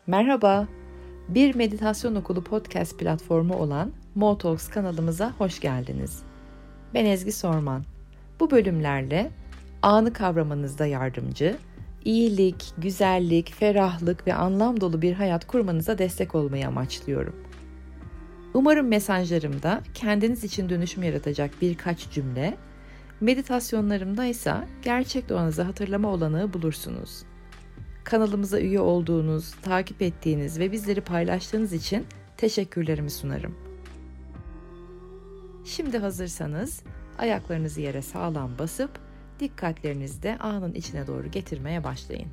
Merhaba, bir meditasyon okulu podcast platformu olan Motalks kanalımıza hoş geldiniz. Ben Ezgi Sorman. Bu bölümlerle anı kavramanızda yardımcı, iyilik, güzellik, ferahlık ve anlam dolu bir hayat kurmanıza destek olmayı amaçlıyorum. Umarım mesajlarımda kendiniz için dönüşüm yaratacak birkaç cümle, meditasyonlarımda ise gerçek doğanızı hatırlama olanağı bulursunuz. Kanalımıza üye olduğunuz, takip ettiğiniz ve bizleri paylaştığınız için teşekkürlerimi sunarım. Şimdi hazırsanız ayaklarınızı yere sağlam basıp dikkatlerinizi de anın içine doğru getirmeye başlayın.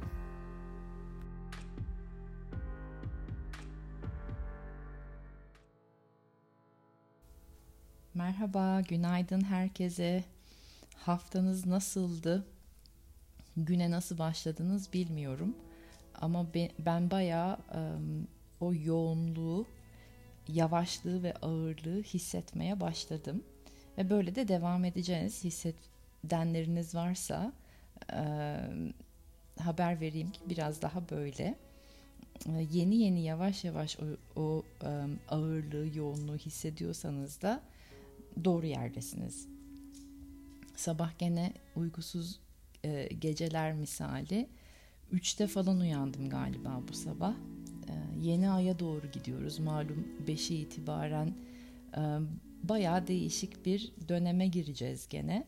Merhaba, günaydın herkese. Haftanız nasıldı? Güne nasıl başladınız bilmiyorum. Ama ben bayağı o yoğunluğu, yavaşlığı ve ağırlığı hissetmeye başladım. Ve böyle de devam edeceğiz. Hissedenleriniz varsa haber vereyim ki biraz daha böyle. Yeni yeni yavaş yavaş o ağırlığı, yoğunluğu hissediyorsanız da doğru yerdesiniz. Sabah gene uykusuz geceler misali 3'te falan uyandım galiba bu sabah. Yeni aya doğru gidiyoruz. Malum 5'i itibaren bayağı değişik bir döneme gireceğiz gene.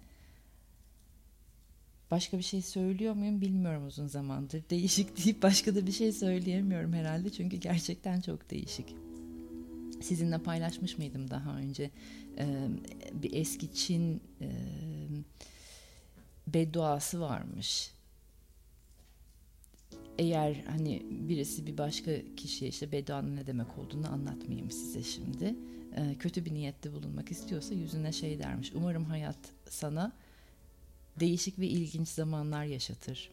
Başka bir şey söylüyor muyum bilmiyorum uzun zamandır. Değişik deyip başka da bir şey söyleyemiyorum herhalde. Çünkü gerçekten çok değişik. Sizinle paylaşmış mıydım daha önce? Bir eski Çin bedduası varmış. Eğer hani birisi bir başka kişiye işte bedduanın ne demek olduğunu anlatmayayım size şimdi. Kötü bir niyette bulunmak istiyorsa yüzüne şey dermiş. Umarım hayat sana değişik ve ilginç zamanlar yaşatır.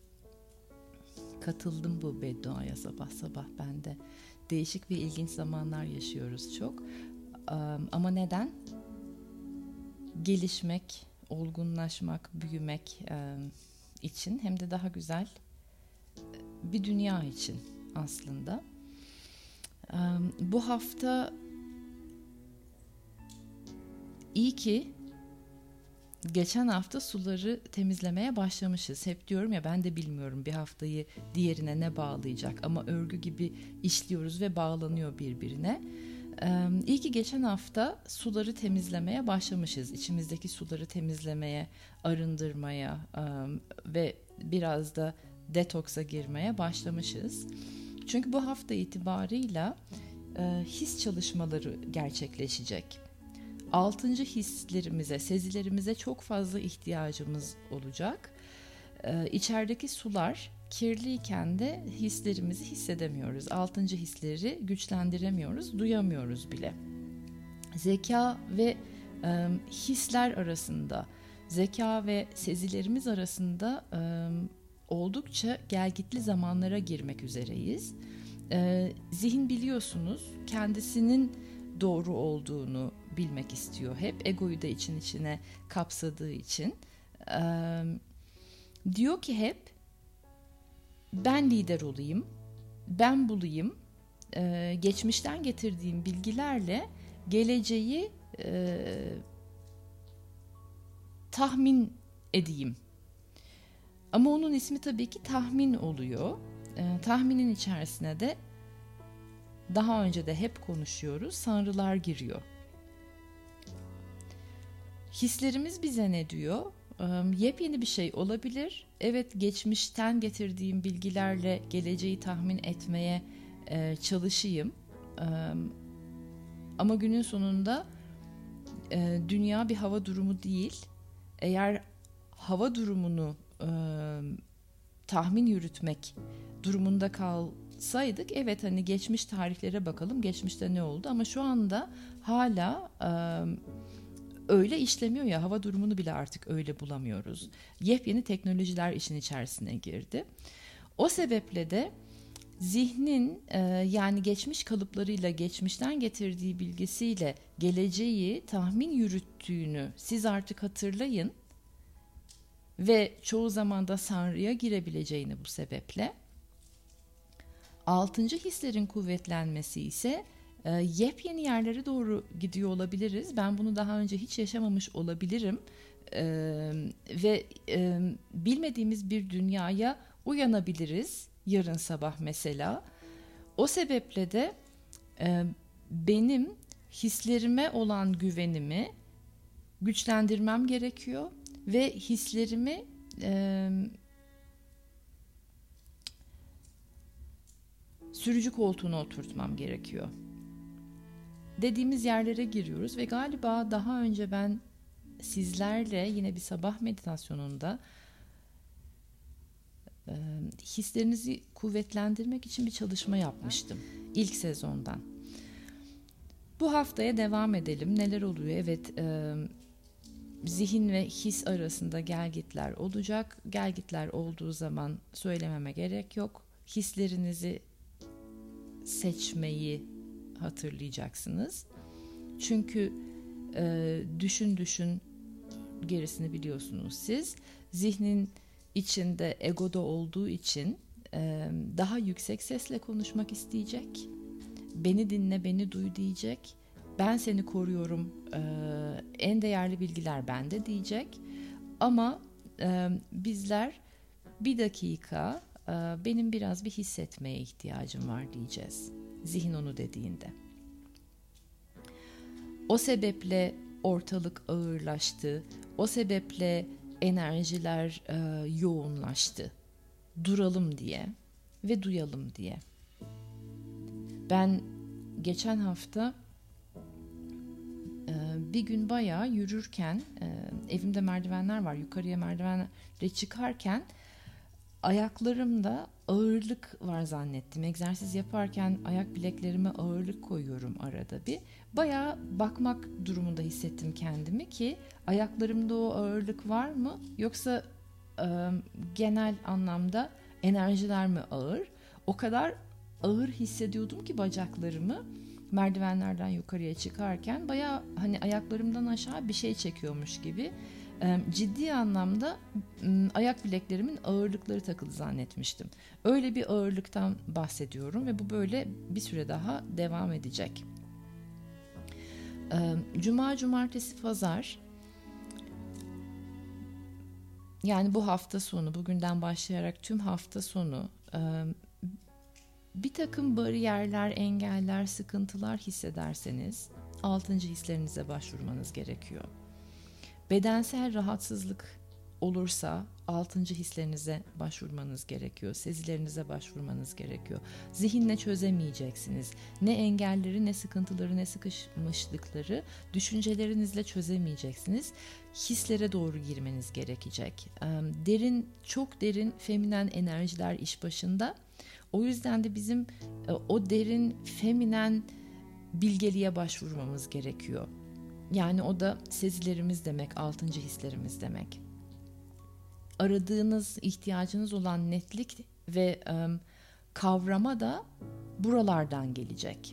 Katıldım bu bedduaya sabah sabah ben de. Değişik ve ilginç zamanlar yaşıyoruz çok. Ama neden? Gelişmek, olgunlaşmak, büyümek için hem de daha güzel bir dünya için aslında. Bu hafta iyi ki geçen hafta suları temizlemeye başlamışız. Hep diyorum ya ben de bilmiyorum bir haftayı diğerine ne bağlayacak ama örgü gibi işliyoruz ve bağlanıyor birbirine. İyi ki geçen hafta suları temizlemeye başlamışız. İçimizdeki suları temizlemeye, arındırmaya ve biraz da detoksa girmeye başlamışız. Çünkü bu hafta itibarıyla his çalışmaları gerçekleşecek. 6. hislerimize, sezilerimize çok fazla ihtiyacımız olacak. İçerideki sular kirliyken de hislerimizi hissedemiyoruz. 6. hisleri güçlendiremiyoruz, duyamıyoruz bile. Zeka ve hisler arasında, zeka ve sezilerimiz arasında oldukça gelgitli zamanlara girmek üzereyiz. Zihin biliyorsunuz kendisinin doğru olduğunu bilmek istiyor hep. Egoyu da için içine kapsadığı için. Diyor ki hep ben lider olayım, ben bulayım, geçmişten getirdiğim bilgilerle geleceği tahmin edeyim. Ama onun ismi tabii ki tahmin oluyor. Tahminin içerisine de daha önce de hep konuşuyoruz, sanrılar giriyor. Hislerimiz bize ne diyor? Yepyeni bir şey olabilir. Evet, geçmişten getirdiğim bilgilerle geleceği tahmin etmeye çalışayım. Ama günün sonunda dünya bir hava durumu değil. Eğer hava durumunu tahmin yürütmek durumunda kalsaydık, evet hani geçmiş tarihlere bakalım, geçmişte ne oldu, ama şu anda hala öyle işlemiyor ya, hava durumunu bile artık öyle bulamıyoruz. Yepyeni teknolojiler işin içerisine girdi. O sebeple de zihnin yani geçmiş kalıplarıyla, geçmişten getirdiği bilgisiyle geleceği tahmin yürüttüğünü siz artık hatırlayın ve çoğu zaman da sanrıya girebileceğini bu sebeple Altıncı hislerin kuvvetlenmesi ise yepyeni yerlere doğru gidiyor olabiliriz. Ben bunu daha önce hiç yaşamamış olabilirim. Ve bilmediğimiz bir dünyaya uyanabiliriz yarın sabah mesela. O sebeple de benim hislerime olan güvenimi güçlendirmem gerekiyor ve hislerimi sürücü koltuğuna oturtmam gerekiyor. Dediğimiz yerlere giriyoruz ve galiba daha önce ben sizlerle yine bir sabah meditasyonunda hislerinizi kuvvetlendirmek için bir çalışma yapmıştım ilk sezondan. Bu haftaya devam edelim. Neler oluyor? Evet, zihin ve his arasında gelgitler olacak. Gelgitler olduğu zaman söylememe gerek yok. Hislerinizi seçmeyi hatırlayacaksınız. Çünkü düşün gerisini biliyorsunuz siz. Zihnin içinde egoda olduğu için daha yüksek sesle konuşmak isteyecek. Beni dinle, beni duy diyecek. Ben seni koruyorum, en değerli bilgiler bende diyecek. Ama bizler bir dakika benim biraz bir hissetmeye ihtiyacım var diyeceğiz. Zihin onu dediğinde. O sebeple ortalık ağırlaştı. O sebeple enerjiler yoğunlaştı. Duralım diye ve duyalım diye. Ben geçen hafta bir gün bayağı yürürken, evimde merdivenler var, yukarıya merdivenle çıkarken ayaklarımda ağırlık var zannettim. Egzersiz yaparken ayak bileklerime ağırlık koyuyorum arada bir. Bayağı bakmak durumunda hissettim kendimi ki ayaklarımda o ağırlık var mı? Yoksa genel anlamda enerjiler mi ağır? O kadar ağır hissediyordum ki bacaklarımı merdivenlerden yukarıya çıkarken bayağı hani ayaklarımdan aşağı bir şey çekiyormuş gibi. Ciddi anlamda ayak bileklerimin ağırlıkları takılı zannetmiştim. Öyle bir ağırlıktan bahsediyorum ve bu böyle bir süre daha devam edecek. Cuma, cumartesi, pazar, yani bu hafta sonu, bugünden başlayarak tüm hafta sonu bir takım bariyerler, engeller, sıkıntılar hissederseniz 6. hislerinize başvurmanız gerekiyor. Bedensel rahatsızlık olursa 6. hislerinize başvurmanız gerekiyor. Sezilerinize başvurmanız gerekiyor. Zihinle çözemeyeceksiniz. Ne engelleri, ne sıkıntıları, ne sıkışmışlıkları düşüncelerinizle çözemeyeceksiniz. Hislere doğru girmeniz gerekecek. Derin, çok derin feminen enerjiler iş başında. O yüzden de bizim o derin feminen bilgeliğe başvurmamız gerekiyor. Yani o da sezilerimiz demek, 6. hislerimiz demek. Aradığınız, ihtiyacınız olan netlik ve kavrama da buralardan gelecek.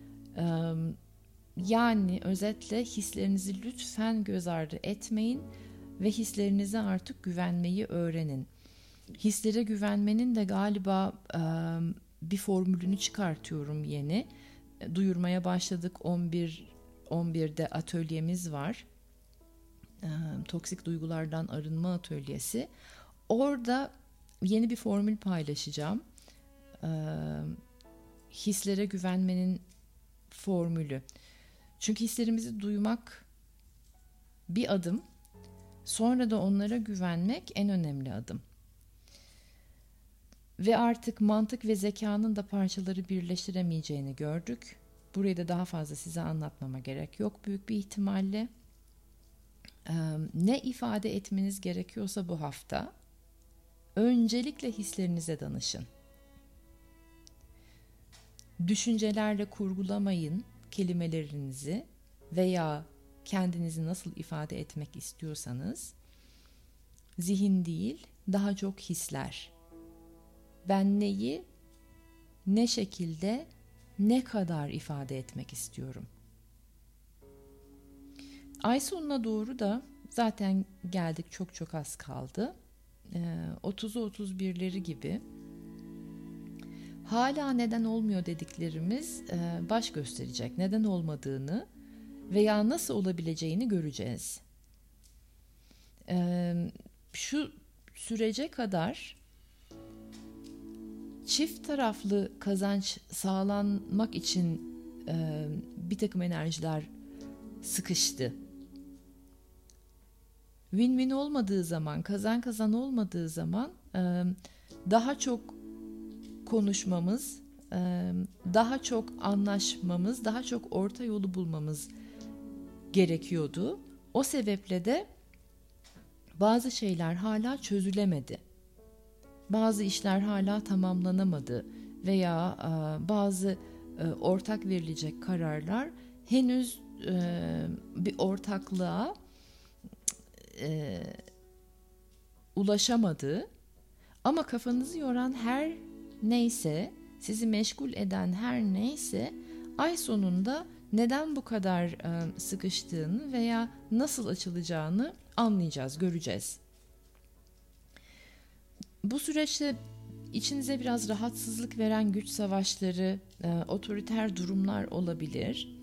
Yani özetle hislerinizi lütfen göz ardı etmeyin ve hislerinize artık güvenmeyi öğrenin. Hislere güvenmenin de galiba bir formülünü çıkartıyorum yeni. Duyurmaya başladık. 11'de atölyemiz var. Toksik duygulardan arınma atölyesi. Orada yeni bir formül paylaşacağım. Hislere güvenmenin formülü. Çünkü hislerimizi duymak bir adım. Sonra da onlara güvenmek en önemli adım. Ve artık mantık ve zekanın da parçaları birleştiremeyeceğini gördük. Burayı da daha fazla size anlatmama gerek yok büyük bir ihtimalle. Ne ifade etmeniz gerekiyorsa bu hafta öncelikle hislerinize danışın. Düşüncelerle kurgulamayın kelimelerinizi veya kendinizi nasıl ifade etmek istiyorsanız. Zihin değil, daha çok hisler. Ben neyi, ne şekilde, ne kadar ifade etmek istiyorum? Ay sonuna doğru da zaten geldik, çok az kaldı. 30'u 31'leri gibi hala neden olmuyor dediklerimiz baş gösterecek. Neden olmadığını veya nasıl olabileceğini göreceğiz. Şu sürece kadar çift taraflı kazanç sağlanmak için bir takım enerjiler sıkıştı. Win-win olmadığı zaman, kazan kazan olmadığı zaman daha çok konuşmamız, daha çok anlaşmamız, daha çok orta yolu bulmamız gerekiyordu. O sebeple de bazı şeyler hala çözülemedi. Bazı işler hala tamamlanamadı veya bazı ortak verilecek kararlar henüz bir ortaklığa ulaşamadı. Ama kafanızı yoran her neyse, sizi meşgul eden her neyse, ay sonunda neden bu kadar sıkıştığını veya nasıl açılacağını anlayacağız, göreceğiz. Bu süreçte içinize biraz rahatsızlık veren güç savaşları, otoriter durumlar olabilir.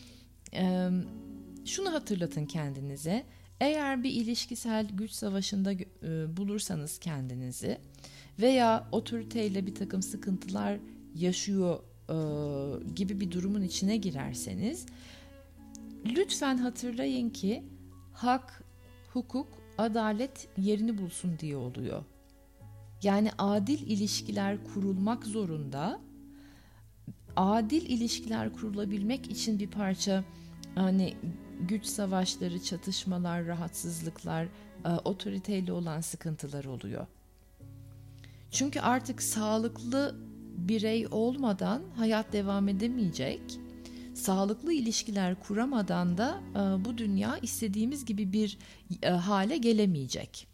Şunu hatırlatın kendinize. Eğer bir ilişkisel güç savaşında bulursanız kendinizi veya otoriteyle bir takım sıkıntılar yaşıyor gibi bir durumun içine girerseniz, lütfen hatırlayın ki hak, hukuk, adalet yerini bulsun diye oluyor. Yani adil ilişkiler kurulmak zorunda. Adil ilişkiler kurulabilmek için bir parça hani güç savaşları, çatışmalar, rahatsızlıklar, otoriteyle olan sıkıntılar oluyor. Çünkü artık sağlıklı birey olmadan hayat devam edemeyecek. Sağlıklı ilişkiler kuramadan da bu dünya istediğimiz gibi bir hale gelemeyecek.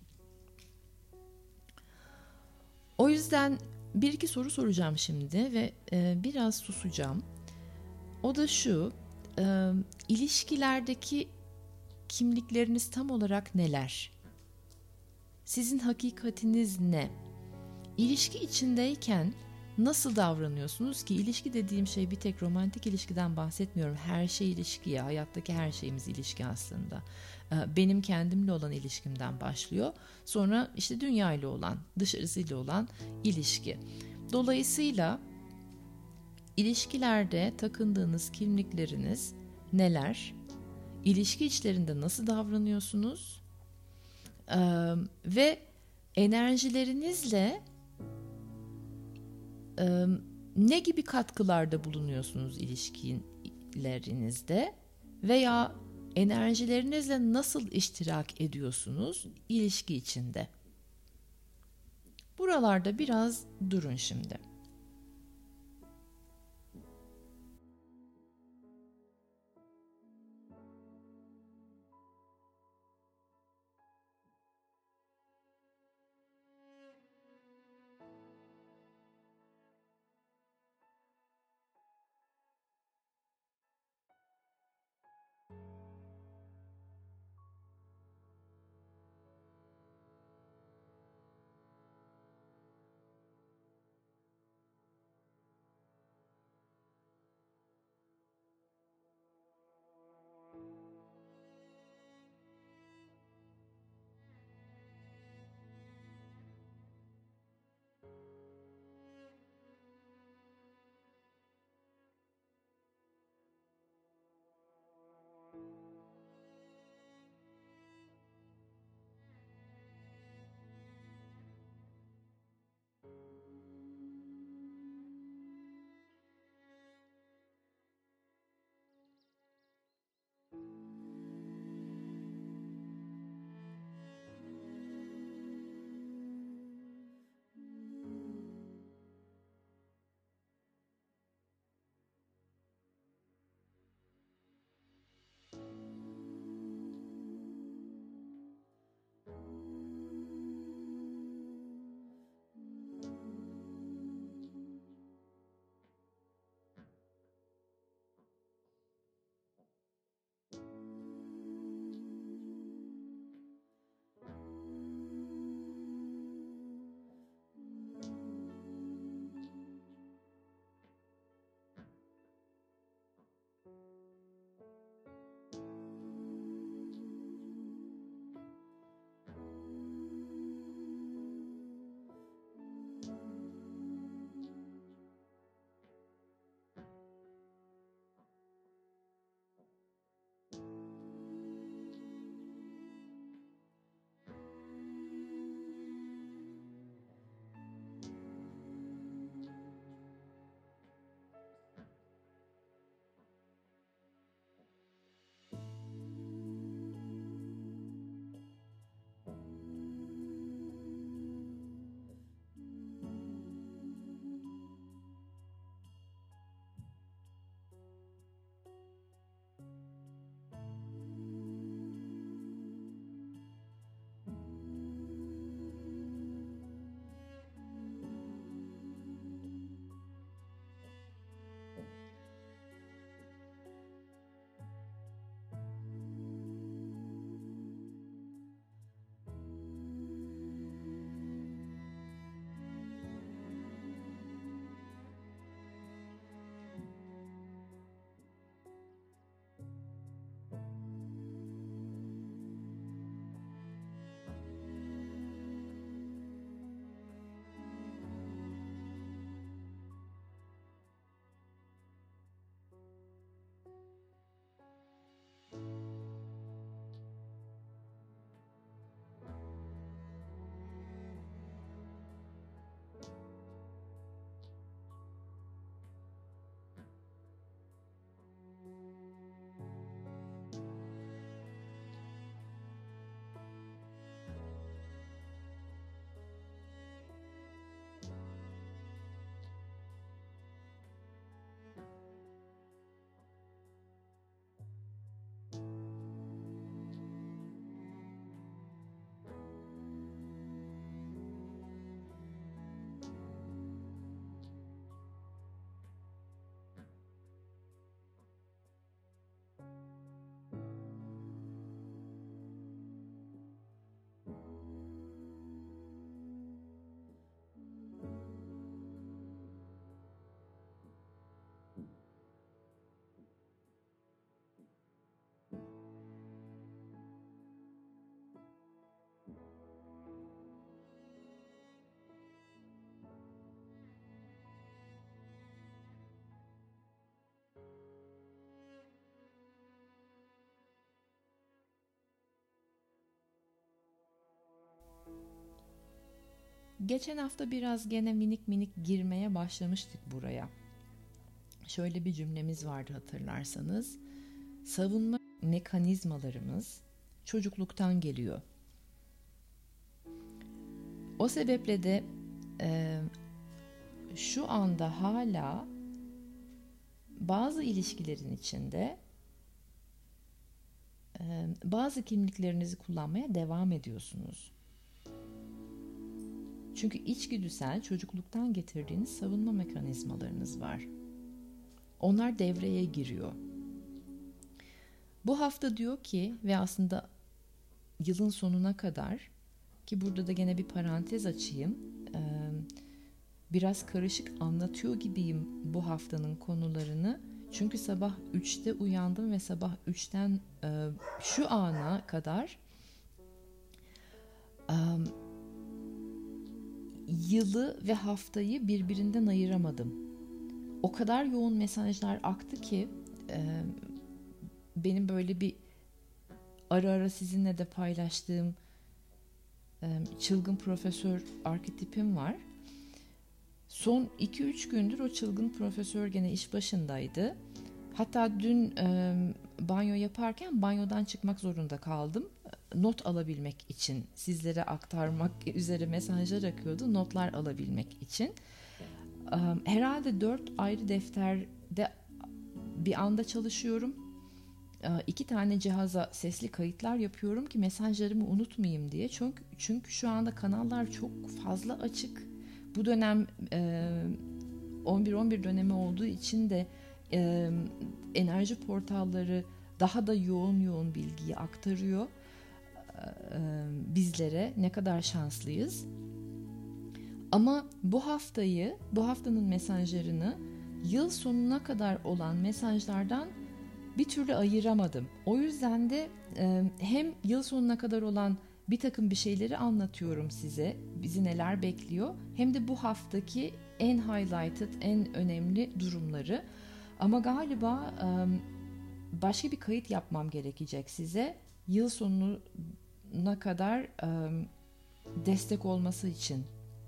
O yüzden bir iki soru soracağım şimdi ve biraz susacağım. O da şu, ilişkilerdeki kimlikleriniz tam olarak neler? Sizin hakikatiniz ne? İlişki içindeyken nasıl davranıyorsunuz ki? İlişki dediğim şey bir tek romantik ilişkiden bahsetmiyorum. Her şey ilişki ya, hayattaki her şeyimiz ilişki aslında. Benim kendimle olan ilişkimden başlıyor. Sonra işte dünyayla olan, dışarısıyla olan ilişki. Dolayısıyla ilişkilerde takındığınız kimlikleriniz neler? İlişki içlerinde nasıl davranıyorsunuz? Ve enerjilerinizle ne gibi katkılarda bulunuyorsunuz ilişkilerinizde? Veya enerjilerinizle nasıl iştirak ediyorsunuz ilişki içinde? Buralarda biraz durun şimdi. Geçen hafta biraz gene minik minik girmeye başlamıştık buraya. Şöyle bir cümlemiz vardı hatırlarsanız. Savunma mekanizmalarımız çocukluktan geliyor. O sebeple de şu anda hala bazı ilişkilerin içinde bazı kimliklerinizi kullanmaya devam ediyorsunuz. Çünkü içgüdüsel çocukluktan getirdiğiniz savunma mekanizmalarınız var. Onlar devreye giriyor. Bu hafta diyor ki ve aslında yılın sonuna kadar, ki burada da gene bir parantez açayım, biraz karışık anlatıyor gibiyim bu haftanın konularını. Çünkü sabah 3'te uyandım ve sabah 3'ten şu ana kadar yılı ve haftayı birbirinden ayıramadım. O kadar yoğun mesajlar aktı ki benim böyle bir ara ara sizinle de paylaştığım çılgın profesör arketipim var. Son 2-3 gündür o çılgın profesör gene iş başındaydı. Hatta dün banyo yaparken banyodan çıkmak zorunda kaldım. Not alabilmek için, sizlere aktarmak üzere mesajlar akıyordu. Notlar alabilmek için. Herhalde 4 ayrı defterde bir anda çalışıyorum. 2 tane cihaza sesli kayıtlar yapıyorum ki mesajlarımı unutmayayım diye. Çünkü şu anda kanallar çok fazla açık. Bu dönem 11-11 dönemi olduğu için de enerji portalları daha da yoğun bilgiyi aktarıyor bizlere. Ne kadar şanslıyız. Ama bu haftanın mesajlarını yıl sonuna kadar olan mesajlardan bir türlü ayıramadım. O yüzden de hem yıl sonuna kadar olan bir takım bir şeyleri anlatıyorum size, bizi neler bekliyor, hem de bu haftaki en highlighted, en önemli durumları. Ama galiba başka bir kayıt yapmam gerekecek size, yıl sonuna kadar destek olması için.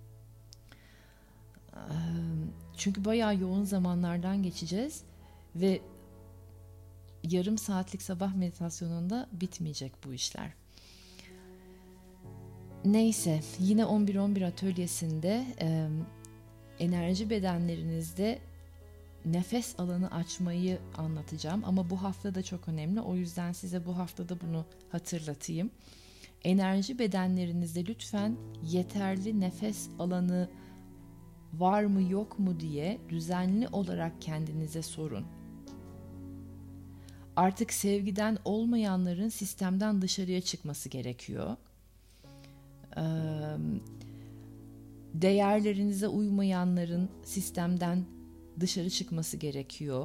Çünkü bayağı yoğun zamanlardan geçeceğiz ve yarım saatlik sabah meditasyonunda bitmeyecek bu işler. Neyse, yine 11-11 atölyesinde enerji bedenlerinizde nefes alanı açmayı anlatacağım. Ama bu hafta da çok önemli. O yüzden size bu haftada bunu hatırlatayım. Enerji bedenlerinizde lütfen yeterli nefes alanı var mı yok mu diye düzenli olarak kendinize sorun. Artık sevgiden olmayanların sistemden dışarıya çıkması gerekiyor. Değerlerinize uymayanların sistemden dışarı çıkması gerekiyor.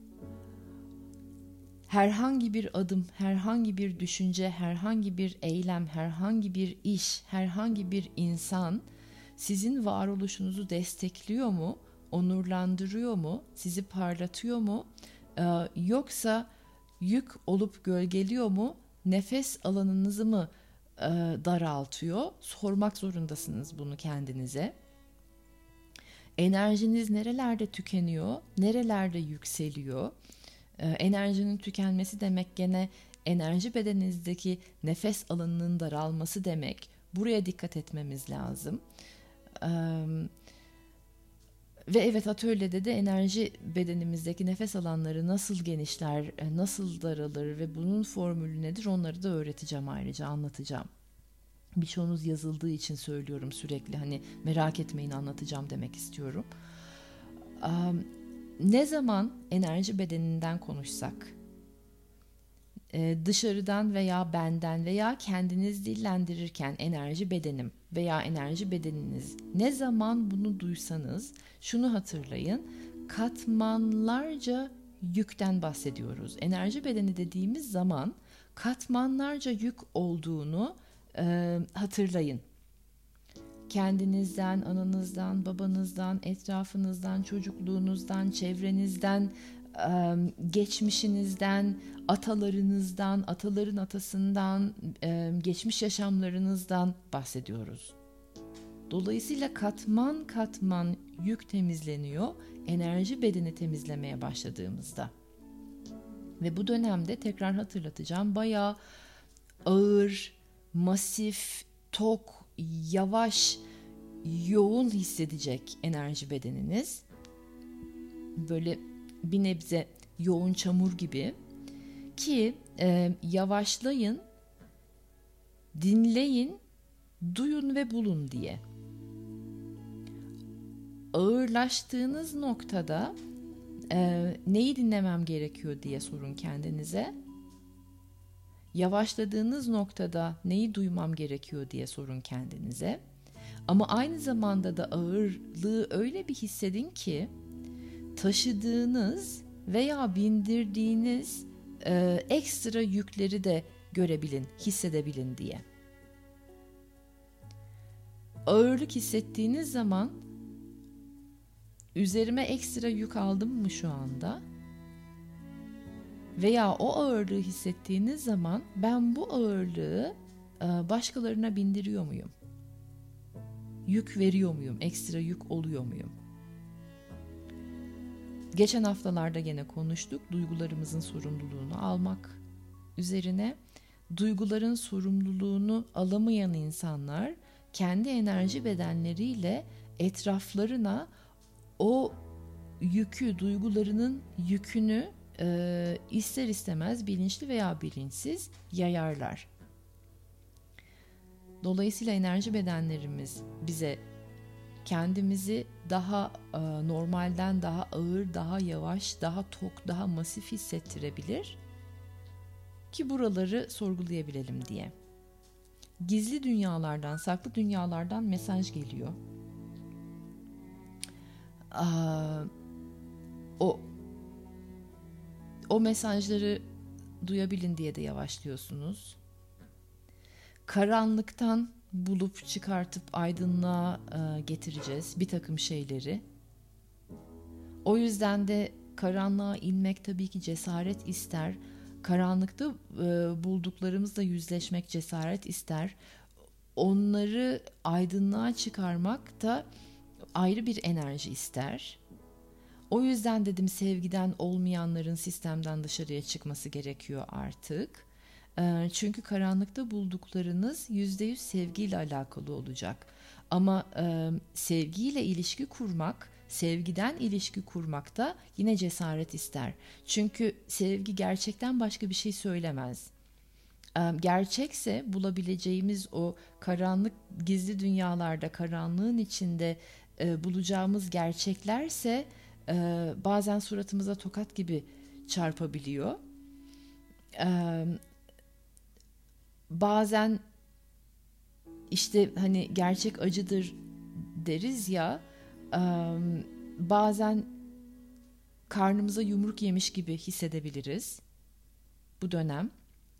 Herhangi bir adım, herhangi bir düşünce, herhangi bir eylem, herhangi bir iş, herhangi bir insan sizin varoluşunuzu destekliyor mu, onurlandırıyor mu, sizi parlatıyor mu, yoksa yük olup gölgeliyor mu, nefes alanınızı mı daraltıyor? Sormak zorundasınız bunu kendinize. Enerjiniz nerelerde tükeniyor, nerelerde yükseliyor? Enerjinin tükenmesi demek gene enerji bedeninizdeki nefes alanının daralması demek. Buraya dikkat etmemiz lazım. Ve evet, atölyede de enerji bedenimizdeki nefes alanları nasıl genişler, nasıl daralır ve bunun formülü nedir, onları da öğreteceğim, ayrıca anlatacağım. Birçoğunuz yazıldığı için söylüyorum sürekli, hani merak etmeyin, anlatacağım demek istiyorum. Ne zaman enerji bedeninden konuşsak, dışarıdan veya benden veya kendiniz dillendirirken enerji bedenim veya enerji bedeniniz, ne zaman bunu duysanız şunu hatırlayın: katmanlarca yükten bahsediyoruz. Enerji bedeni dediğimiz zaman katmanlarca yük olduğunu hatırlayın. Kendinizden, ananızdan, babanızdan, etrafınızdan, çocukluğunuzdan, çevrenizden, geçmişinizden, atalarınızdan, ataların atasından, geçmiş yaşamlarınızdan bahsediyoruz. Dolayısıyla katman katman yük temizleniyor enerji bedeni temizlemeye başladığımızda. Ve bu dönemde tekrar hatırlatacağım, bayağı ağır, masif, tok, yavaş, yoğun hissedecek enerji bedeniniz. Böyle bir nebze yoğun çamur gibi ki yavaşlayın, dinleyin, duyun ve bulun diye. Ağırlaştığınız noktada neyi dinlemem gerekiyor diye sorun kendinize. Yavaşladığınız noktada neyi duymam gerekiyor diye sorun kendinize. Ama aynı zamanda da ağırlığı öyle bir hissedin ki taşıdığınız veya bindirdiğiniz ekstra yükleri de görebilin, hissedebilin diye. Ağırlık hissettiğiniz zaman üzerime ekstra yük aldım mı şu anda? Veya o ağırlığı hissettiğiniz zaman ben bu ağırlığı başkalarına bindiriyor muyum? Yük veriyor muyum? Ekstra yük oluyor muyum? Geçen haftalarda gene konuştuk. Duygularımızın sorumluluğunu almak üzerine. Duyguların sorumluluğunu alamayan insanlar kendi enerji bedenleriyle etraflarına o yükü, duygularının yükünü ister istemez bilinçli veya bilinçsiz yayarlar. Dolayısıyla enerji bedenlerimiz bize kendimizi daha normalden daha ağır, daha yavaş, daha tok, daha masif hissettirebilir ki buraları sorgulayabilelim diye. Gizli dünyalardan, saklı dünyalardan mesaj geliyor. O mesajları duyabilin diye de yavaşlıyorsunuz. Karanlıktan bulup çıkartıp aydınlığa getireceğiz bir takım şeyleri. O yüzden de karanlığa inmek tabii ki cesaret ister. Karanlıkta bulduklarımızla yüzleşmek cesaret ister. Onları aydınlığa çıkarmak da ayrı bir enerji ister. O yüzden dedim sevgiden olmayanların sistemden dışarıya çıkması gerekiyor artık. Çünkü karanlıkta bulduklarınız %100 sevgiyle alakalı olacak. Ama sevgiyle ilişki kurmak, sevgiden ilişki kurmak da yine cesaret ister. Çünkü sevgi gerçekten başka bir şey söylemez. Gerçekse bulabileceğimiz o karanlık gizli dünyalarda, karanlığın içinde bulacağımız gerçeklerse bazen suratımıza tokat gibi çarpabiliyor. Bazen işte hani gerçek acıdır deriz ya, bazen karnımıza yumruk yemiş gibi hissedebiliriz bu dönem.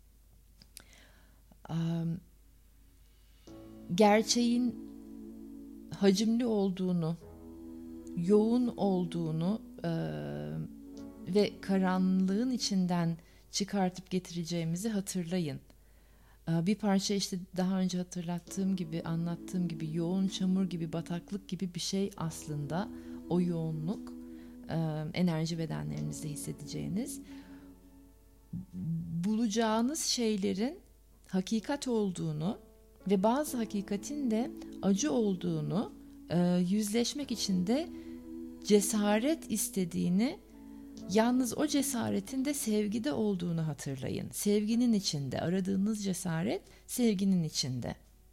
Gerçeğin hacimli olduğunu, yoğun olduğunu ve karanlığın içinden çıkartıp getireceğimizi hatırlayın. Bir parça işte daha önce hatırlattığım gibi, anlattığım gibi yoğun çamur gibi, bataklık gibi bir şey aslında o yoğunluk, enerji bedenlerinizde hissedeceğiniz. Bulacağınız şeylerin hakikat olduğunu ve bazı hakikatin de acı olduğunu yüzleşmek için de cesaret istediğini, yalnız o cesaretin de sevgide olduğunu hatırlayın. Sevginin içinde, aradığınız cesaret sevginin içinde.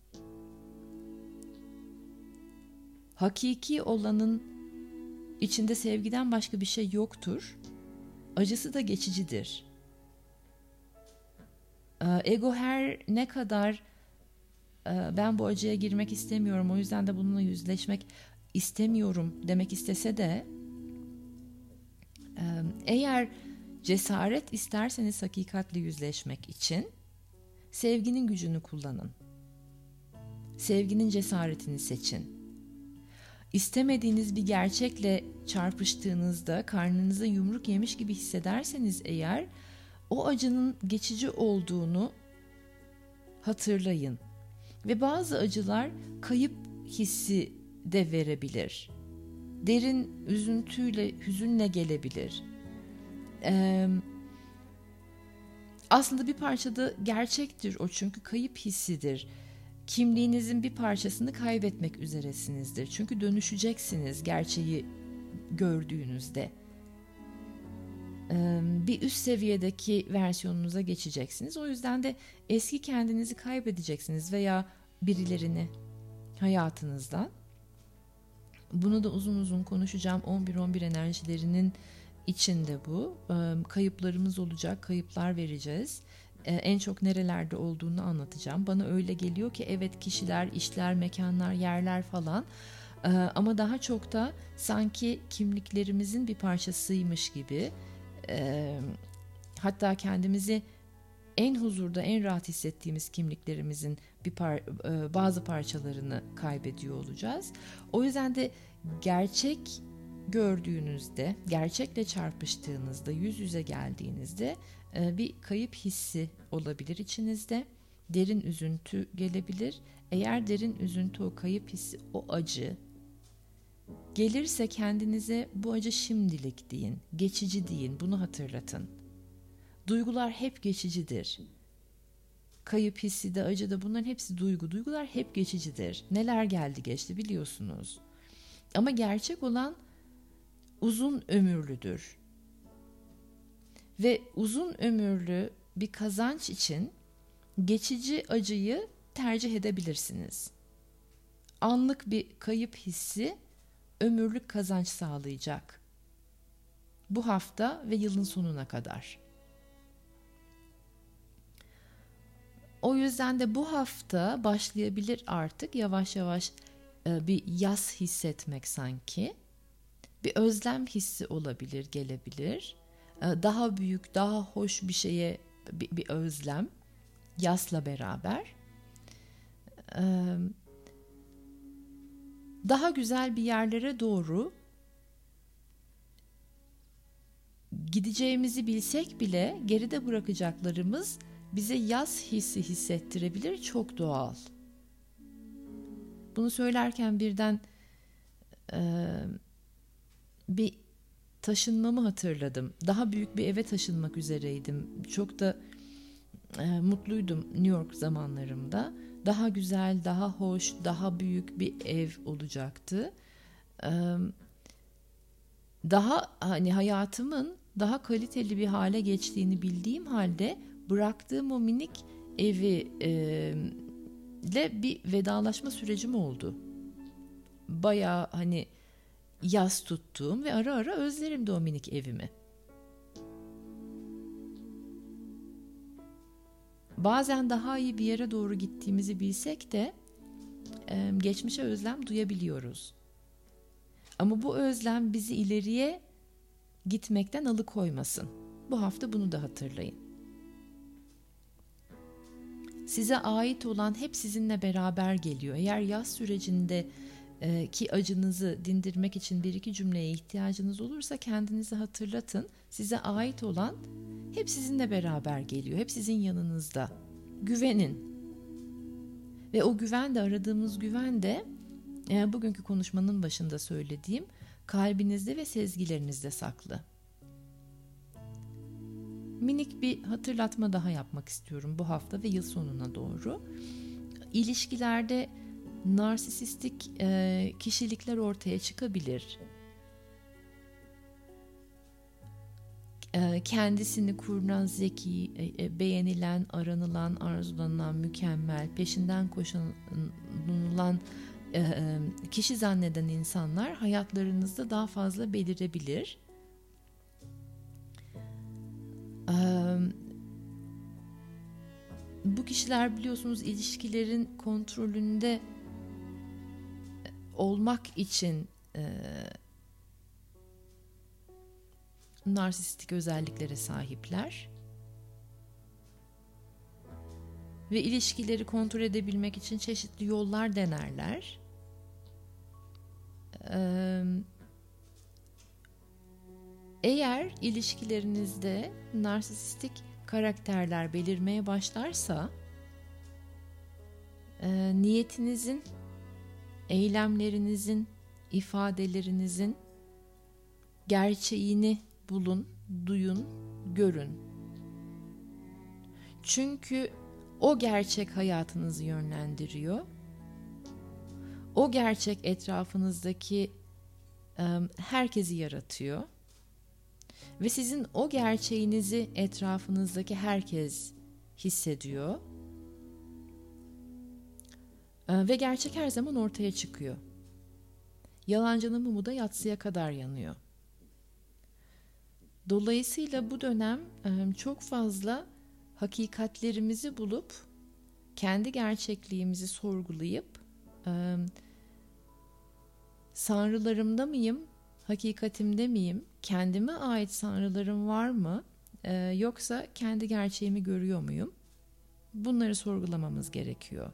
Hakiki olanın içinde sevgiden başka bir şey yoktur. Acısı da geçicidir. Ego her ne kadar ben bu acıya girmek istemiyorum, o yüzden de bununla yüzleşmek istemiyorum demek istese de, eğer cesaret isterseniz hakikatle yüzleşmek için sevginin gücünü kullanın. Sevginin cesaretini seçin. İstemediğiniz bir gerçekle çarpıştığınızda karnınıza yumruk yemiş gibi hissederseniz eğer, o acının geçici olduğunu hatırlayın. Ve bazı acılar kayıp hissi de verebilir. Derin üzüntüyle, hüzünle gelebilir. Aslında bir parçada gerçektir o, çünkü kayıp hissidir. Kimliğinizin bir parçasını kaybetmek üzeresinizdir. Çünkü dönüşeceksiniz gerçeği gördüğünüzde. Bir üst seviyedeki versiyonunuza geçeceksiniz. O yüzden de eski kendinizi kaybedeceksiniz veya birilerini hayatınızdan. Bunu da uzun uzun konuşacağım. 11-11 enerjilerinin içinde bu. Kayıplarımız olacak, kayıplar vereceğiz. En çok nerelerde olduğunu anlatacağım. Bana öyle geliyor ki evet, kişiler, işler, mekanlar, yerler falan. Ama daha çok da sanki kimliklerimizin bir parçasıymış gibi. Hatta kendimizi en huzurda, en rahat hissettiğimiz kimliklerimizin bazı parçalarını kaybediyor olacağız. O yüzden de gerçek gördüğünüzde, gerçekle çarpıştığınızda, yüz yüze geldiğinizde bir kayıp hissi olabilir içinizde. Derin üzüntü gelebilir. Eğer derin üzüntü, o kayıp hissi, o acı gelirse kendinize bu acı şimdilik deyin, geçici deyin, bunu hatırlatın. Duygular hep geçicidir. Kayıp hissi de, acı da, bunların hepsi duygu. Duygular hep geçicidir. Neler geldi geçti biliyorsunuz. Ama gerçek olan uzun ömürlüdür. Ve uzun ömürlü bir kazanç için geçici acıyı tercih edebilirsiniz. Anlık bir kayıp hissi ömürlük kazanç sağlayacak. Bu hafta ve yılın sonuna kadar. O yüzden de bu hafta başlayabilir artık yavaş yavaş bir yas hissetmek sanki. Bir özlem hissi olabilir, gelebilir. Daha büyük, daha hoş bir şeye bir özlem yasla beraber. Daha güzel bir yerlere doğru gideceğimizi bilsek bile geride bırakacaklarımız bize yas hissi hissettirebilir. Çok doğal. Bunu söylerken birden bir taşınmamı hatırladım. Daha büyük bir eve taşınmak üzereydim. Çok da mutluydum New York zamanlarımda. Daha güzel, daha hoş, daha büyük bir ev olacaktı. Daha hani hayatımın daha kaliteli bir hale geçtiğini bildiğim halde bıraktığım o minik evi ile bir vedalaşma sürecim oldu. Bayağı hani yas tuttuğum ve ara ara özlerim de o minik evimi. Bazen daha iyi bir yere doğru gittiğimizi bilsek de geçmişe özlem duyabiliyoruz. Ama bu özlem bizi ileriye gitmekten alıkoymasın. Bu hafta bunu da hatırlayın. Size ait olan hep sizinle beraber geliyor. Eğer yaz sürecinde ki acınızı dindirmek için bir iki cümleye ihtiyacınız olursa kendinizi hatırlatın. Size ait olan hep sizinle beraber geliyor. Hep sizin yanınızda. Güvenin. Ve o güven de, aradığımız güven de bugünkü konuşmanın başında söylediğim kalbinizde ve sezgilerinizde saklı. Minik bir hatırlatma daha yapmak istiyorum bu hafta ve yıl sonuna doğru. İlişkilerde narsisistik kişilikler ortaya çıkabilir. Kendisini kurnaz, zeki, beğenilen, aranılan, arzulanan, mükemmel, peşinden koşulan kişi zanneden insanlar hayatlarınızda daha fazla belirebilir. Bu kişiler biliyorsunuz ilişkilerin kontrolünde olmak için narsistik özelliklere sahipler. Ve ilişkileri kontrol edebilmek için çeşitli yollar denerler. Eğer ilişkilerinizde narsistik karakterler belirmeye başlarsa niyetinizin eylemlerinizin, ifadelerinizin gerçeğini bulun, duyun, görün. Çünkü o gerçek hayatınızı yönlendiriyor. O gerçek etrafınızdaki herkesi yaratıyor. Ve sizin o gerçeğinizi etrafınızdaki herkes hissediyor. Ve gerçek her zaman ortaya çıkıyor. Yalancının mumu da yatsıya kadar yanıyor. Dolayısıyla bu dönem çok fazla hakikatlerimizi bulup, kendi gerçekliğimizi sorgulayıp, sanrılarımda mıyım, hakikatimde miyim, kendime ait sanrılarım var mı, yoksa kendi gerçeğimi görüyor muyum? Bunları sorgulamamız gerekiyor.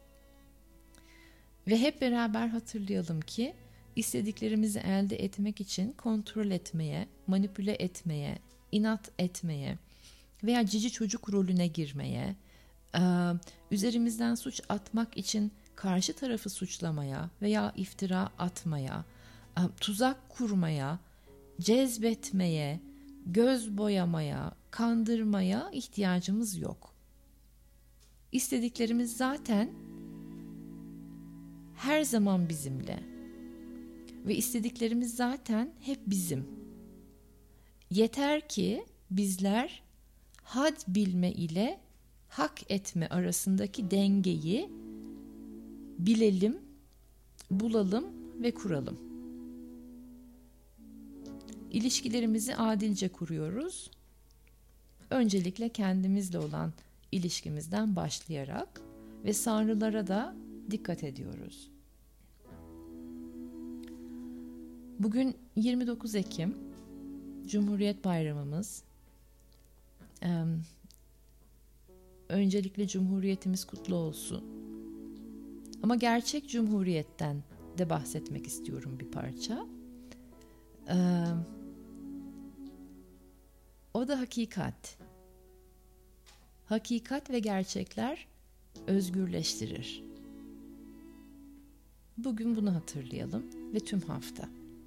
Ve hep beraber hatırlayalım ki istediklerimizi elde etmek için kontrol etmeye, manipüle etmeye, inat etmeye veya cici çocuk rolüne girmeye, üzerimizden suç atmak için karşı tarafı suçlamaya veya iftira atmaya, tuzak kurmaya, cezbetmeye, göz boyamaya, kandırmaya ihtiyacımız yok. İstediklerimiz zaten her zaman bizimle ve istediklerimiz zaten hep bizim. Yeter ki bizler had bilme ile hak etme arasındaki dengeyi bilelim, bulalım ve kuralım. İlişkilerimizi adilce kuruyoruz. Öncelikle kendimizle olan ilişkimizden başlayarak ve sanrılara da dikkat ediyoruz. Bugün 29 Ekim, Cumhuriyet Bayramımız. Öncelikle Cumhuriyetimiz kutlu olsun. Ama gerçek Cumhuriyet'ten de bahsetmek istiyorum bir parça. O da hakikat. Hakikat ve gerçekler özgürleştirir. Bugün bunu hatırlayalım ve tüm hafta.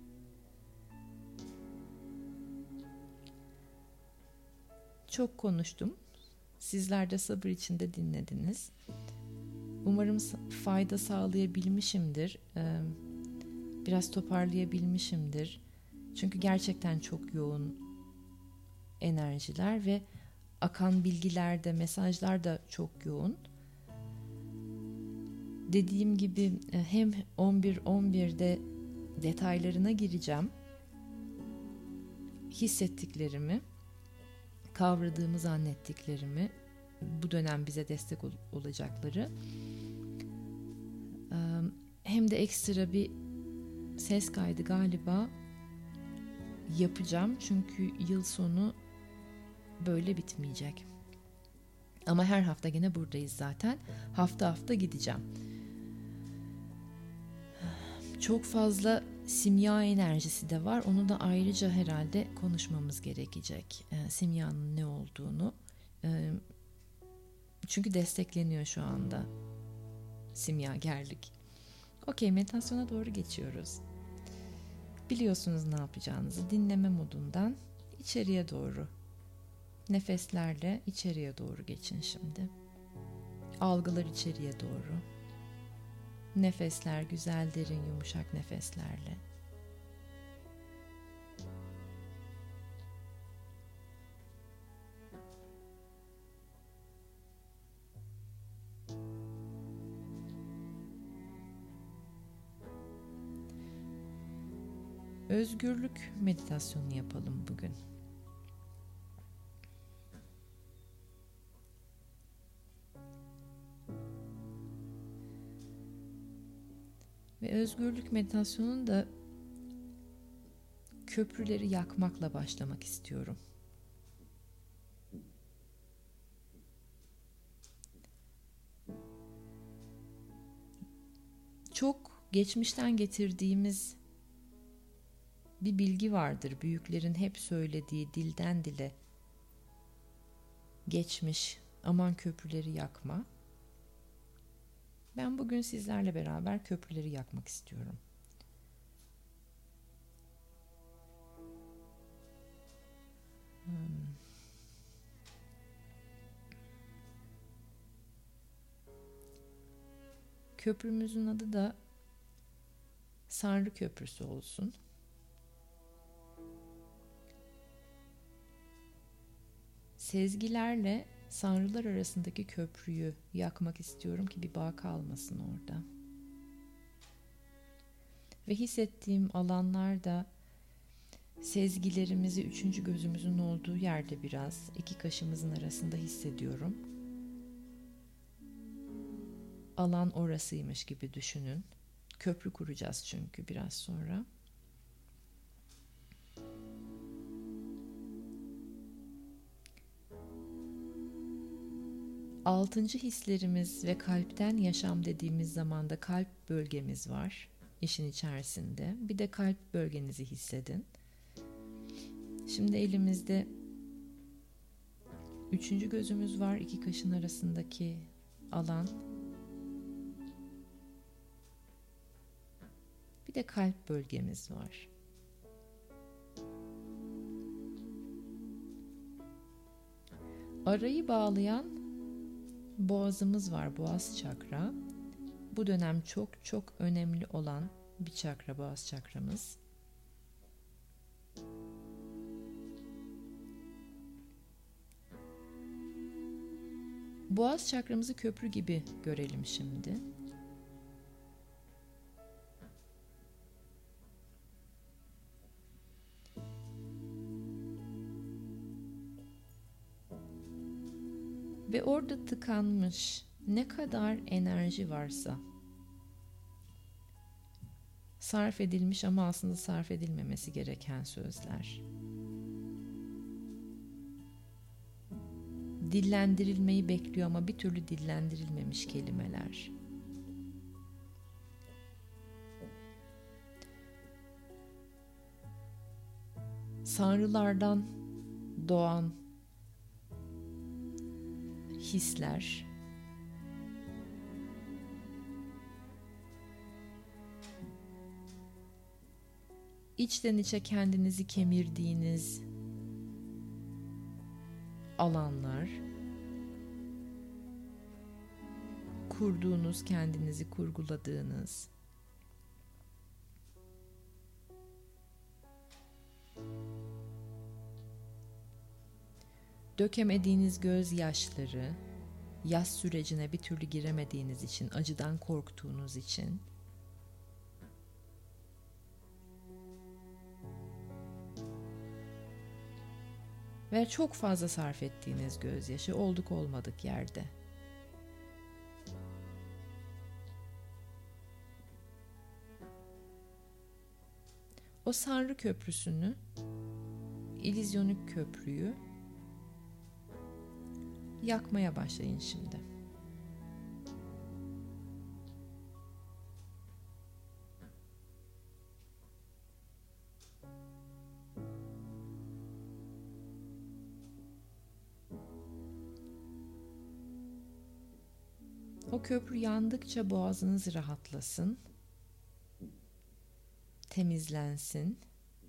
Çok konuştum. Sizler de sabır içinde dinlediniz. Umarım fayda sağlayabilmişimdir. Biraz toparlayabilmişimdir. Çünkü gerçekten çok yoğun enerjiler ve akan bilgiler de, mesajlar da çok yoğun. Dediğim gibi hem 11.11'de detaylarına gireceğim. Hissettiklerimi, kavradığımı zannettiklerimi, bu dönem bize destek olacakları, hem de ekstra bir ses kaydı galiba yapacağım. Çünkü yıl sonu böyle bitmeyecek. Ama her hafta gene buradayız zaten. Hafta hafta gideceğim. Çok fazla simya enerjisi de var. Onu da ayrıca herhalde konuşmamız gerekecek. Simyanın ne olduğunu. Çünkü destekleniyor şu anda simyagerlik. Okey, meditasyona doğru geçiyoruz. Biliyorsunuz ne yapacağınızı. Dinleme modundan içeriye doğru. Nefeslerle içeriye doğru geçin şimdi. Algılar içeriye doğru. Nefesler güzel, derin, yumuşak nefeslerle. Özgürlük meditasyonu yapalım bugün. Ve özgürlük meditasyonunu da köprüleri yakmakla başlamak istiyorum. Çok geçmişten getirdiğimiz bir bilgi vardır. Büyüklerin hep söylediği, dilden dile geçmiş, aman köprüleri yakma. Ben bugün sizlerle beraber köprüleri yakmak istiyorum. Köprümüzün adı da Sanrı Köprüsü olsun. Sezgilerle sanrılar arasındaki köprüyü yakmak istiyorum ki bir bağ kalmasın orada. Ve hissettiğim alanlarda sezgilerimizi üçüncü gözümüzün olduğu yerde biraz iki kaşımızın arasında hissediyorum. Alan orasıymış gibi düşünün. Köprü kuracağız çünkü biraz sonra. Altıncı hislerimiz ve kalpten yaşam dediğimiz zaman da kalp bölgemiz var işin içerisinde. Bir de kalp bölgenizi hissedin. Şimdi elimizde üçüncü gözümüz var, iki kaşın arasındaki alan. Bir de kalp bölgemiz var. Arayı bağlayan boğazımız var, boğaz çakra. Bu dönem çok çok önemli olan bir çakra, boğaz çakramız. Boğaz çakramızı köprü gibi görelim şimdi. Ve orada tıkanmış ne kadar enerji varsa, sarf edilmiş ama aslında sarf edilmemesi gereken sözler, dillendirilmeyi bekliyor ama bir türlü dillendirilmemiş kelimeler, sanrılardan doğan hisler, içten içe kendinizi kemirdiğiniz alanlar, kurduğunuz, kendinizi kurguladığınız, dökemediğiniz gözyaşları, yaz sürecine bir türlü giremediğiniz için, acıdan korktuğunuz için, ve çok fazla sarf ettiğiniz gözyaşı olduk olmadık yerde. O Sanrı Köprüsü'nü, illüzyonik köprüyü yakmaya başlayın şimdi. O köprü yandıkça boğazınız rahatlasın, temizlensin.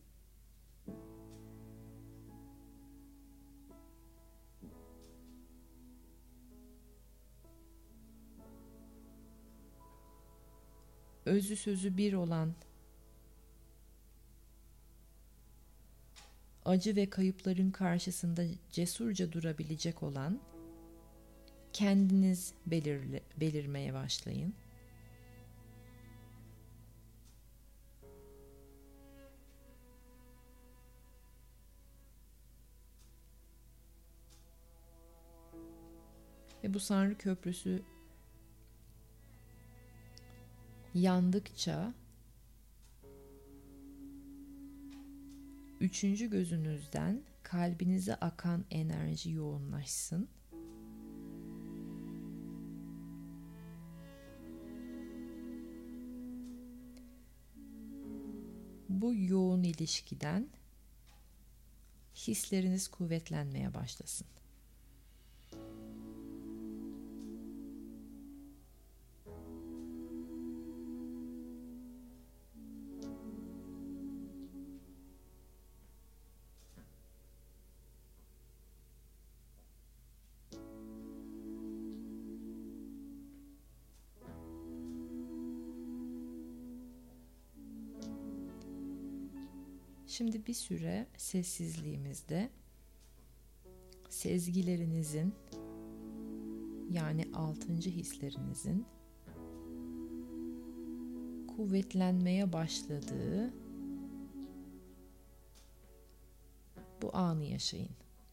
Özü sözü bir olan, acı ve kayıpların karşısında cesurca durabilecek olan kendiniz belirmeye başlayın. Ve bu Sanrı Köprüsü yandıkça üçüncü gözünüzden kalbinize akan enerji yoğunlaşsın. Bu yoğun ilişkiden hisleriniz kuvvetlenmeye başlasın. Şimdi bir süre sessizliğimizde sezgilerinizin, yani 6. hislerinizin kuvvetlenmeye başladığı bu anı yaşayın.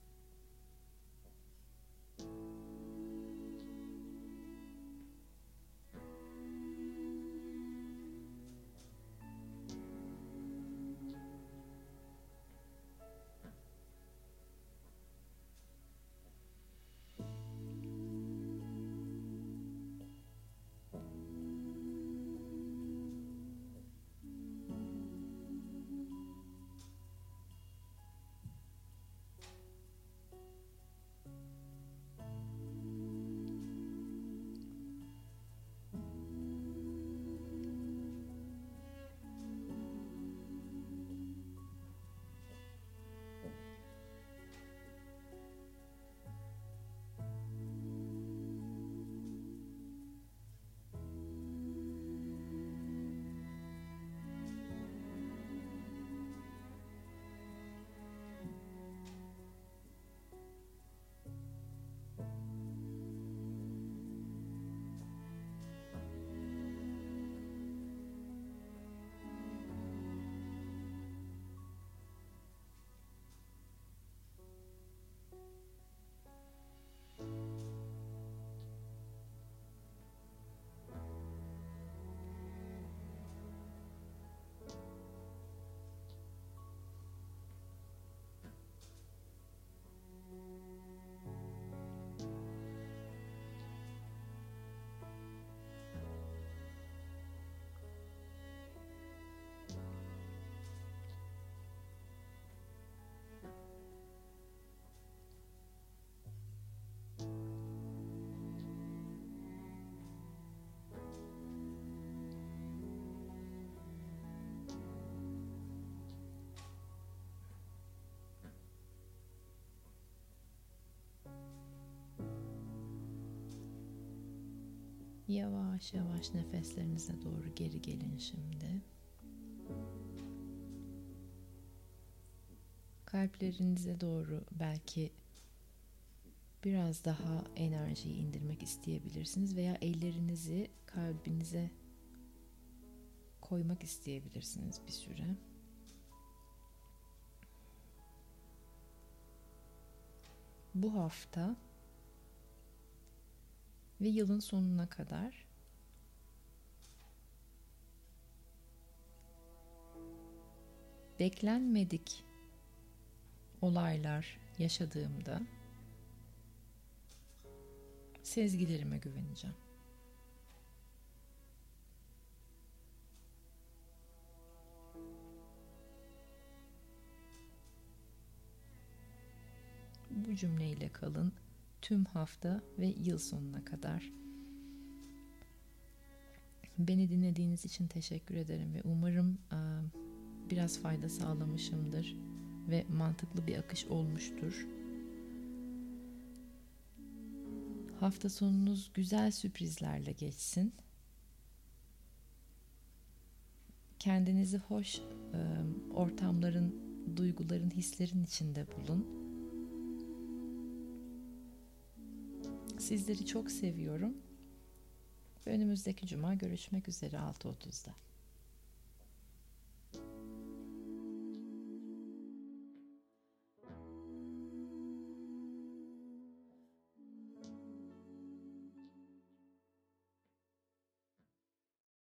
Yavaş yavaş nefeslerinize doğru geri gelin şimdi. Kalplerinize doğru belki biraz daha enerjiyi indirmek isteyebilirsiniz veya ellerinizi kalbinize koymak isteyebilirsiniz bir süre. Bu hafta ve yılın sonuna kadar beklenmedik olaylar yaşadığımda sezgilerime güveneceğim. Bu cümleyle kalın tüm hafta ve yıl sonuna kadar. Beni dinlediğiniz için teşekkür ederim ve umarım biraz fayda sağlamışımdır ve mantıklı bir akış olmuştur. Hafta sonunuz güzel sürprizlerle geçsin. Kendinizi hoş ortamların, duyguların, hislerin içinde bulun. Sizleri çok seviyorum. Önümüzdeki cuma görüşmek üzere 6.30'da.